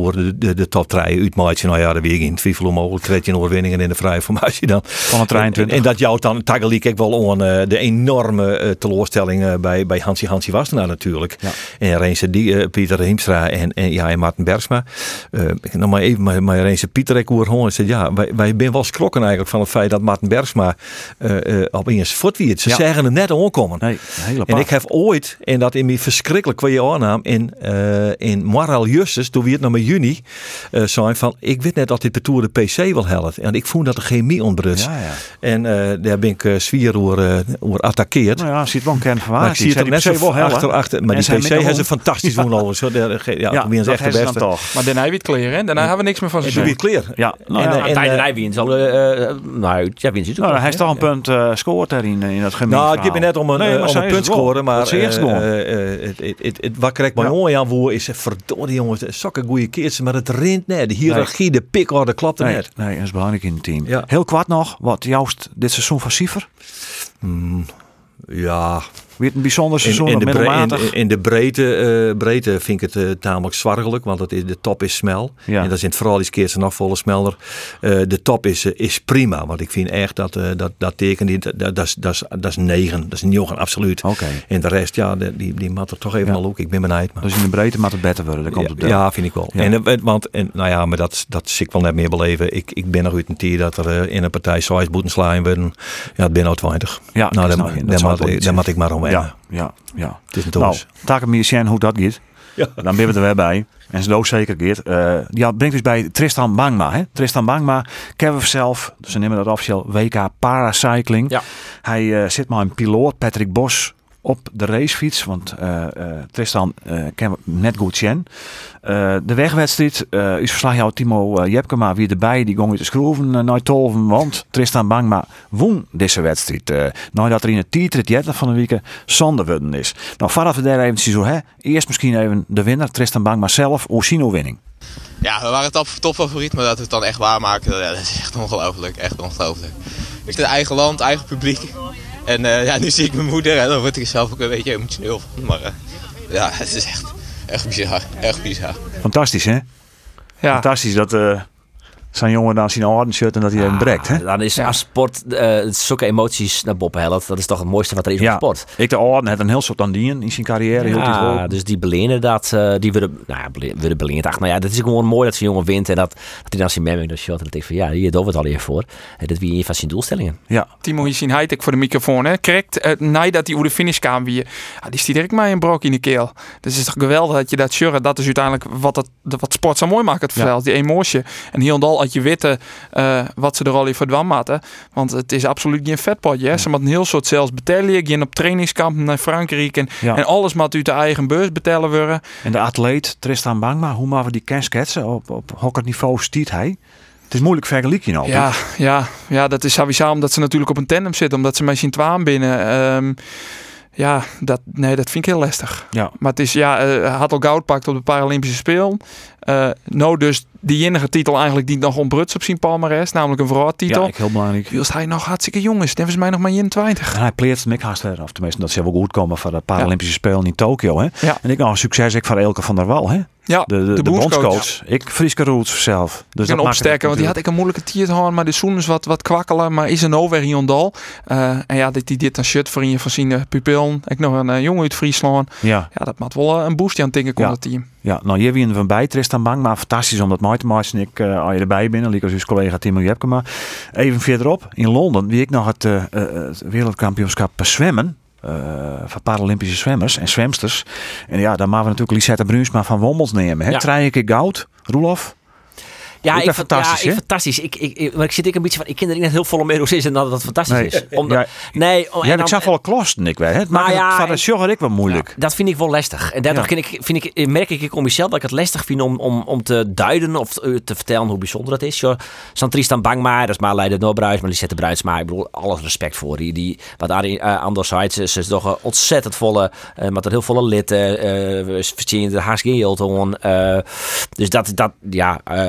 door de, de, de top drie uitmaatje. Nou ja, daar weer in twijfel onmogelijk. dertien overwinningen in de vrije formatie dan. Van het drieëntwintig. En, en dat jou dan tegelijk ik wel aan uh, de enorme uh, teleurstelling uh, bij, bij Hansie Hansie Wassenaar natuurlijk. Ja. En Reense die uh, Pieter Hiemstra en, en, ja, en Maarten Bergsma. Uh, ik nog maar even maar, maar Reense Pieter ik hoor gewoon en zei ja, wij, wij zijn wel schrokken eigenlijk van het feit dat Maarten Bergsma uh, uh, opeens voet wie het. Ze ja. zeggen het net aankomen. Nee, en ik heb ooit, en dat in mij verschrikkelijk qua je aannam, in, uh, in Moral Justus, toen we het nog met juni uh, zijn van, ik weet net dat dit Tour de P C wil helpen. En ik voel dat de chemie ontbreekt. Ja, ja. En uh, daar ben ik uh, zwier door, uh, door attackeerd. Nou ja, ziet wel een kern van waar. Maar ik zie het net zo achter, achter. Maar die P C heeft ze fantastisch doen over. Zo, ja, ja, wie is echt de beste. Toch. Maar daarna wit kleren, hè? Daarna hebben we niks meer van ze. Doe weer kleren. Ja, nou, en, en, en, en wien zal, uh, nou, ja, wien zit ook. Nou, hij heeft toch een punt uh, scoort daarin in dat gemeen. Nou, het gaat me net om een, nee, uh, om een punt scoren, maar wat krijg ik bij ons aan voor is verdorie jongens, zulke goede keertjes, maar het rint net. De hiërarchie, de pikorde klopt er nee, net. Nee, dat is belangrijk in het team. Ja. Heel kwart nog, wat juist dit seizoen van Siever? Hmm, ja. Weer een bijzonder seizoen, in, in, de, bre- in, in de breedte, uh, breedte vind ik het uh, tamelijk zwargelijk, want het is, de top is snel. Ja. En dat is in het vooral die keertje nog volle sneller. Uh, de top is, uh, is prima, want ik vind echt dat uh, dat, dat teken, die, dat, dat, dat, dat is negen, dat is een negen, absoluut. Okay. En de rest, ja, die, die, die mat er toch even al ja. ook. Ik ben benieuwd. Maar. Dus in de breedte mag het beter worden, dat komt ja, op de. Ja, vind ik wel. Ja. En, want, en, nou ja, maar dat, dat zie ik wel net meer beleven. Ik, ik ben nog uit een tier dat er uh, in een partij zes boeten slaan worden. Ja, het ben nou twintig. Ja, nou, daar moet ik maar omheen. Ja, ja. Ja, het is een nou, taak hem zien hoe dat gaat. Ja. Dan ben we er weer bij. En zo zeker gaat. Uh, ja, brengt dus bij Tristan Bangma. Hè? Tristan Bangma kennen we zelf. Ze nemen dat officieel W K Paracycling. Ja. Hij uh, zit maar een piloot, Patrick Bos, op de racefiets. Want uh, uh, Tristan uh, kennen we net goed zien. Uh, de wegwedstrijd, uh, is verslag jou Timo uh, Jepkema weer erbij. Die ging weer te schroeven uh, naar Tolven. Want Tristan Bangma won deze wedstrijd. Uh, nadat er in het titelrit van de week zonder worden is. Nou, vanaf we daar eventjes zo, hè. Eerst misschien even de winnaar, Tristan Bangma zelf, Orsino-winning. Ja, we waren top, top favoriet, maar dat we het dan echt waarmaken, ja, dat is echt ongelooflijk. Echt ongelooflijk. Het is eigen land, eigen publiek. En uh, ja, nu zie ik mijn moeder en dan word ik er zelf ook een beetje emotioneel van. Maar uh, ja, het is echt, echt bizar. Echt bizar. Fantastisch, hè? Ja. Fantastisch dat uh, zijn jongen dan zien orden shirt en dat hij hem breekt, hè? Dan is ja. sport uh, zulke emoties naar boven helpt. Dat is toch het mooiste wat er is ja. op sport. Ik de orden had een heel soort andien in zijn carrière. Ja, heel dus die belenen dat, uh, die willen, nou ja, willen belenen. Ach, nou ja, dat is gewoon mooi dat zijn jongen wint en dat, dat hij dan zijn memming dat shot en dat ik van ja, hier doen we het al hier voor. En dat wie een van zijn doelstellingen. Ja. Timo hier zien high-tech voor de microfoon, hè? Correct. Uh, nadat hij over de finish kwam weer, ja, die stiet direct mij een brok in de keel. Dus het is toch geweldig dat je dat shirt, dat is uiteindelijk wat het, wat sport zo mooi maakt, het verhaal, ja. die emotie. En hier en al had je witte Uh, wat ze er al in verdwam matten. Want het is absoluut geen vetpotje. Ja. Ze moeten een heel soort zelfs betalen. Gaan op trainingskampen naar Frankrijk. En, ja. en alles moet uit de eigen beurs betalen worden. En de atleet Tristan Bangma, hoe maken we die ken schetsen? Op, op hokker niveau stiet hij? Het is moeilijk vergelijken nou. Ja, ja, ja, dat is sowieso omdat ze natuurlijk op een tandem zitten. Omdat ze met zijn twaan binnen. Um, Ja, dat, nee, dat vind ik heel lastig. Ja. Maar het is, ja, uh, had al goud pakt op de Paralympische Spelen. Uh, nou, dus die enige titel eigenlijk die nog ontbruts op zijn palmares, namelijk een vrouwtitel. Ja, ik heel belangrijk. Wilst hij nog hartstikke jong is, nemen ze mij nog maar eenentwintig. En hij pleert Mick haast weer af. Tenminste, dat ze wel goed komen voor de Paralympische ja. Spelen in Tokio. Hè? Ja. En ik nog een succes ik van Elke van der Wal. Hè? Ja, de, de, de, de bondscoach. Ja. Ik Frieske Roots zelf. Dus ik ben opsterken, want die had ik een moeilijke tier te houden, maar de zoen is wat, wat kwakkelen, maar is een over hier ondal. Uh, en ja, dat hij dit een shirt voor in je voorziene pupillen. Ik nog een uh, jongen uit Friesland. Ja. ja, dat maakt wel uh, een boost aan het denken, kon ja. het team. Ja, nou hier wie van bij Tristan Bang, maar fantastisch om dat mooi te maken. Ik uh, al je erbij binnen, liek als uw collega Timo Jepkema. Even verderop in Londen, wie ik nog het, uh, uh, het wereldkampioenschap zwemmen. Uh, van Paralympische zwemmers en zwemsters. En ja, dan maken we natuurlijk Lisette Bruinsma van Wommels nemen. Hè? Ja. Drie keer goud, Roelof. Ja, ik, fantastisch, ja, ik, fantastisch. Ik, ik, ik, maar ik zit ik een beetje van, ik ken er net heel veel meer hoe is en dat het fantastisch nee, is. Omdat, ja, nee, om, ja, ik zag wel klosten, ik weet. Het maakt ja, van de sjogger ik wel moeilijk. Ja, dat vind ik wel lastig. En daardoor ja. ik, vind ik, merk ik om mezelf dat ik het lastig vind om, om, om te duiden of te, te vertellen hoe bijzonder het is. Zo'n Tristan Bangma, dat is maar Leiden Noordbruis, maar Lisette Bruinsma, ik bedoel, alles respect voor. Die, die, wat Arie uh, anderzijds, ze, ze is toch een ontzettend volle, uh, met er heel volle litten, uh, we zien de H S G-heel uh, dus dat, dat, ja, uh, uit de kijk.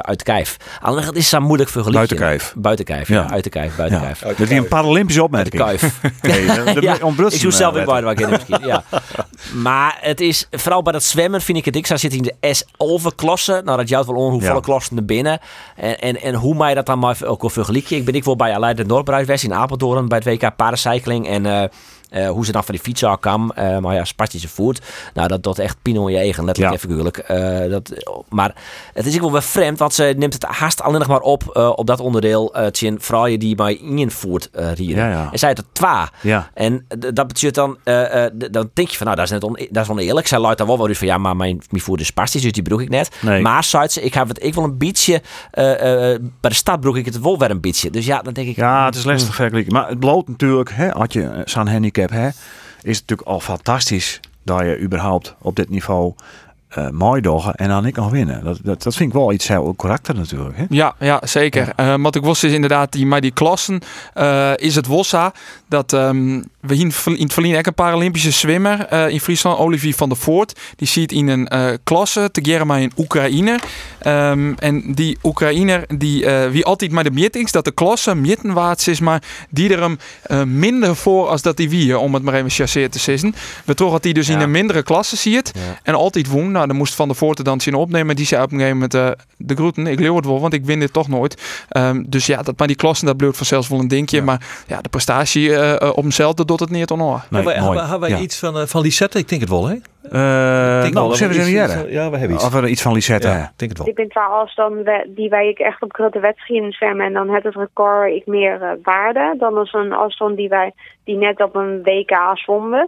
kijf. Alleen het is zo moeilijk vergelijken. Buitenkijf. Buitenkijf, ja. Ja. Uit de kijf, buitenkijf. Dat is een Paralympische opmerking. Kijf. Nee, de, de, Ja, ontbrutsen, ik zoek zelf eh, weer bij wat ik misschien. Ja. Maar het is, vooral bij dat zwemmen vind ik het, ik zou zitten in de S overklasse. Nou, dat jouwt wel on hoeveel Ja. klassen er binnen. En, en, en hoe mij dat dan maar ook wel vergelijken. Ik ben ik wel bij Aleida Noordbruiswest in Apeldoorn bij het W K paracycling. En uh, uh, hoe ze dan van die fiets al kwam. Uh, maar ja, spastische voet. Nou, dat doet echt pino in je eigen, letterlijk Ja. en figuurlijk. Uh, dat, maar het is ook wel weer vreemd, want ze neemt het haast alleen nog maar op uh, op dat onderdeel. Uh, tjen vrouwen die bij invoert uh, rieren. Ja, ja. En zij het er twa. Ja. En d- dat betekent dan, uh, uh, d- dan denk je van, nou, dat is, net on- dat is oneerlijk. Zij luidt dan wel wel eens van, ja, maar mijn, mijn voet is spastisch, dus die broek ik net. Nee. Maar, zei ze, ik heb het ik wel een beetje, uh, uh, bij de stad broek ik het wel weer een beetje. Dus ja, dan denk ik... Ja, het is lastig vergelijken. Maar het bloot natuurlijk, hè, als je zo'n handicap hebt, is het natuurlijk al fantastisch dat je überhaupt op dit niveau uh, mooi doggen en dan ik nog winnen. Dat, dat, dat vind ik wel iets heel karakter natuurlijk. Hè? Ja, ja, zeker. Ja. Uh, wat ik was is inderdaad, die, maar die klassen uh, is het Wossa. Dat um, we hier in het verleden ook een Paralympische zwemmer uh, in Friesland, Olivier van der Voort. Die ziet in een uh, klasse te geren met een Oekraïner. Um, en die Oekraïner, die uh, wie altijd maar de meetings dat de klasse mietenwaarts is, maar die er hem uh, minder voor als dat die wie, om het maar even chasseer te zeggen. We toch dat hij dus Ja. in een mindere klasse ziet. Ja. En altijd woon. Nou, dan moest Van der Voort er dan zien opnemen. Die zei op een gegeven moment uh, de groeten. Ik leeuw het wel, want ik win dit toch nooit. Um, dus ja, dat, maar die klassen, dat bleef vanzelfs wel een dingetje. Ja. Maar ja, de prestatie uh, uh, op hemzelf, dat doet het niet onnoor. Nee, hebben wij, mooi. hebben wij Ja. iets van, uh, van Lisette? Ik denk het wel, hè? Uh, denk nou, wel, zullen we iets- ze iets- niet Ja, we hebben iets. Of er iets van Lisette. Ja, hè? ik denk het wel. Ik ben twee afstanden die wij ik echt op grote wedstrijden zwemmen. En dan heeft het record ik meer uh, waarde dan als een afstand die wij die net op een W K zwommen.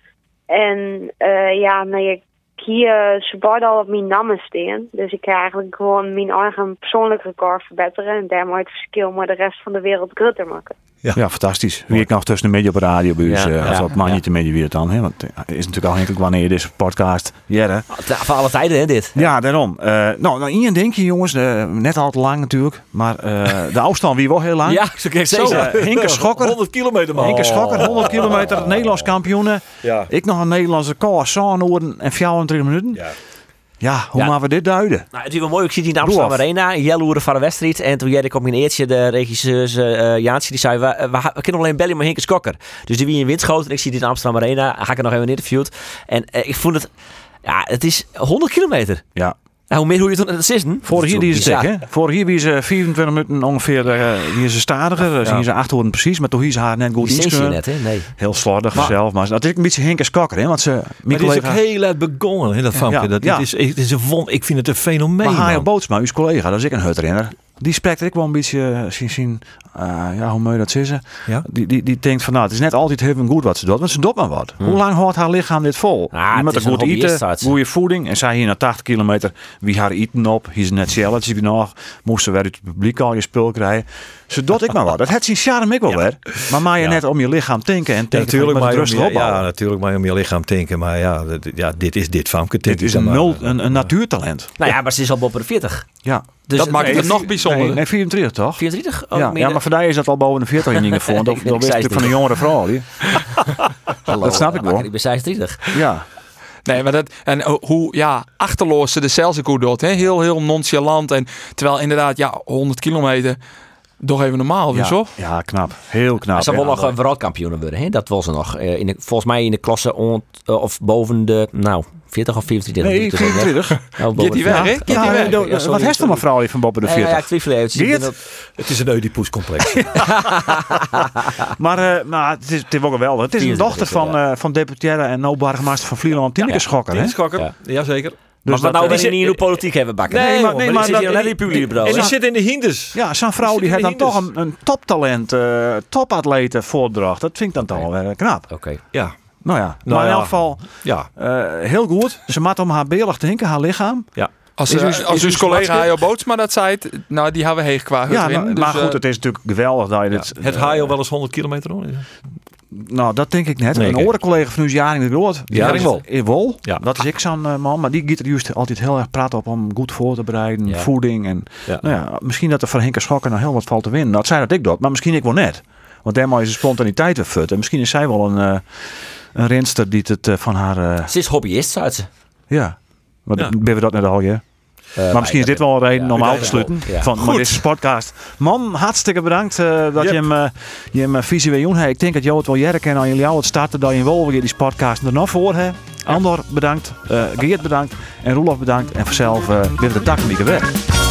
En uh, ja, nee, ik hier ze borden al op mijn namen staan. Dus ik ga eigenlijk gewoon mijn eigen persoonlijk record verbeteren. En daarmee het verschil met de rest van de wereld groter maken. Ja, ja, fantastisch. Wie ik nog tussen de media op de radio bij Ja, uh, ja, als wat man ja. niet de media wie het dan. Hè? Want het is natuurlijk afhankelijk wanneer je deze podcast. Ja, hè? Voor alle tijden, hè, dit. Ja, daarom. Uh, nou, nou, Ian denk je jongens, uh, net al te lang natuurlijk. Maar uh, de afstand wie wel heel lang. Ja, zo kan ik Zo, zeggen. uh, Hinke Schokker. honderd kilometer, man. Hinke Schokker, honderd kilometer, Nederlands kampioen. Ja. Ik nog een Nederlandse record, zo'n uur en vierentwintig minuten. Ja. Ja, hoe Ja. maken we dit duiden? Nou, het is wel mooi. Ik zie die in de Amsterdam Doe af. Arena, Jelloeren van de wedstrijd. En toen jij ik op mijn eertje, de regisseur uh, Jaantje, die zei, we, we, we kunnen alleen bellen met Hinke Schokker. Dus die wie in windschoten. En ik zie die in de Amsterdam Arena. Ga ik er nog even interviewd. En uh, ik voel het, ja, het is honderd kilometer. Ja. En hoe meer hoe je het het is. Vorig jaar die is het dik, hè? Vorig jaar wie ze vierentwintig minuten ongeveer, uh, hier ze stadiger. Ja. Zien ze acht uur precies, maar toen hier ze haar net goed Die iets zie je kunnen. net, hè? Nee. Heel slordig Maar- zelf, maar dat is ook een beetje Hinke Schokker, hè? Want ze, Maar mijn het is ook collega, heel uit begonnen, hè, dat famke. Ja, Dat, ja. Het is, het is een wond, ik vind het een fenomeen, maar Hajo man. Bootsma, uw collega, dat is ik een hutrenner. Die spreekt er ook wel een beetje, uh, zien, zien uh, ja, hoe mooi dat is. Ze. Ja? Die, die, die denkt van, nou, het is net altijd heel goed wat ze doet, want ze doet maar wat. Hoe lang houdt haar lichaam dit vol? Ah, je het moet is er een goed hobbyist, eten, staat ze. goede voeding. En zij hier naar tachtig kilometer, wie haar eten op, hier is net zelfs, wie nog, moesten we uit het publiek al je spul krijgen. Ze doet ik maar wat. Dat heeft zijn charme ik wel Ja. weer. Maar maar je Ja. net om je lichaam denken en Ja, denken natuurlijk, van, maar ik moet het om rustig je, opbouwen. ja, natuurlijk maar om je lichaam denken. Maar ja, dat- ja dit is dit famke. Dit is een, nul, een, een natuurtalent. Nou ja, maar ze is al boven de veertig. Ja. Dus Dat maakt het Nee, nog bijzonderder. Nee, nee, vierentwintig toch? vierentwintig? Ook Ja, meer ja, de- maar voor mij is dat al boven de veertig in ieder geval. Dat Ik dat wist zei ik het van een niet. jongere vrouw. Die. Hallo, dat snap ik wel. Ik ben zevenentwintig. Ja. Nee, maar dat en uh, hoe ja, achterloos ze de Celsius doet, hè? Heel, heel nonchalant. En terwijl inderdaad, ja, honderd kilometer, toch even normaal, dus Ja, hoor. ja, knap. Heel knap. Ze ja. wil nog een wereldkampioen worden, hè? Dat was ze nog. Uh, in de, volgens mij in de klasse ont, uh, of boven de, nou, veertig of vierentwintig. Nee, Dus, uh, vierentwintig. nou, boven Get die de- weg, hè? Ja, Get die ja, weg. do- Ja, sorry, wat heeft er sorry. maar vrouw hier van boven de Ja, ja, ja, ik veertig? twijfel even. Ik Geert? ben dat- Het is een Oedipus-complex. Maar, uh, maar het, is, het is wel geweldig. Het is een vierentwintig dochter is het, van, uh, van deputaire en no-burgemeester van Vlieland, Tineke Ja. Schokker. Hè? Schokker, Ja. jazeker. Dus maar wat nou dat, weer niet in de politiek hebben bakken. Nee, maar- joh, nee, die maar zit dat- hier alleen in publiek, bro. En die Ja. zit in de hindes. ja, zo'n vrouw die Zit heeft dan in de toch een, hindes. een toptalent, uh, topatleten voordracht. Dat vind ik dan toch wel weer knap. Oké. Ja. Nou ja, Nou maar in ja. elk geval Ja. uh, heel goed. Ze maakt om haar beelig te hinken, haar lichaam. Als, Is uh, uw- als is uw uw collega smartje- Hajo Bootsma dat zei, het, nou, die hebben we heeg qua Ja, hut maar, in. maar Dus, goed, uh, het is natuurlijk geweldig dat je dit... Het uh, Hajo wel eens honderd kilometer hoor. Nou, dat denk ik net. Nee, een kijk. andere collega van u is Jaring de Groot. Die Jaring is- wel. is wel. Ja. Dat is ik zo'n uh, man. Maar die giet er juist altijd heel erg praten op om goed voor te bereiden. Ja. Voeding. En, Ja. nou ja, misschien dat er voor Hinke Schokker nog heel wat valt te winnen. Nou, het zei dat ik dat. Maar misschien ik wel net. Want daarmee is de spontaniteit weer fut. En misschien is zij wel een, uh, een renster die het uh, van haar... Uh, Ze is hobbyist, zei ze. ja. Maar Ja. ben we dat net al, ja? Uh, maar misschien is dit wel een reden ja, om ja, af te sluiten ja. van Goed. deze podcast. Man, hartstikke bedankt uh, dat Yep. je hem, uh, je hem uh, visie weer doen hebt. Ik denk dat jou het wel jaren kan aan jullie jou het starten dat je wel weer die podcast er nog voor hebt. Andor bedankt, uh, Geert bedankt en Roelof bedankt en vanzelf uh, weer de dag weer werk.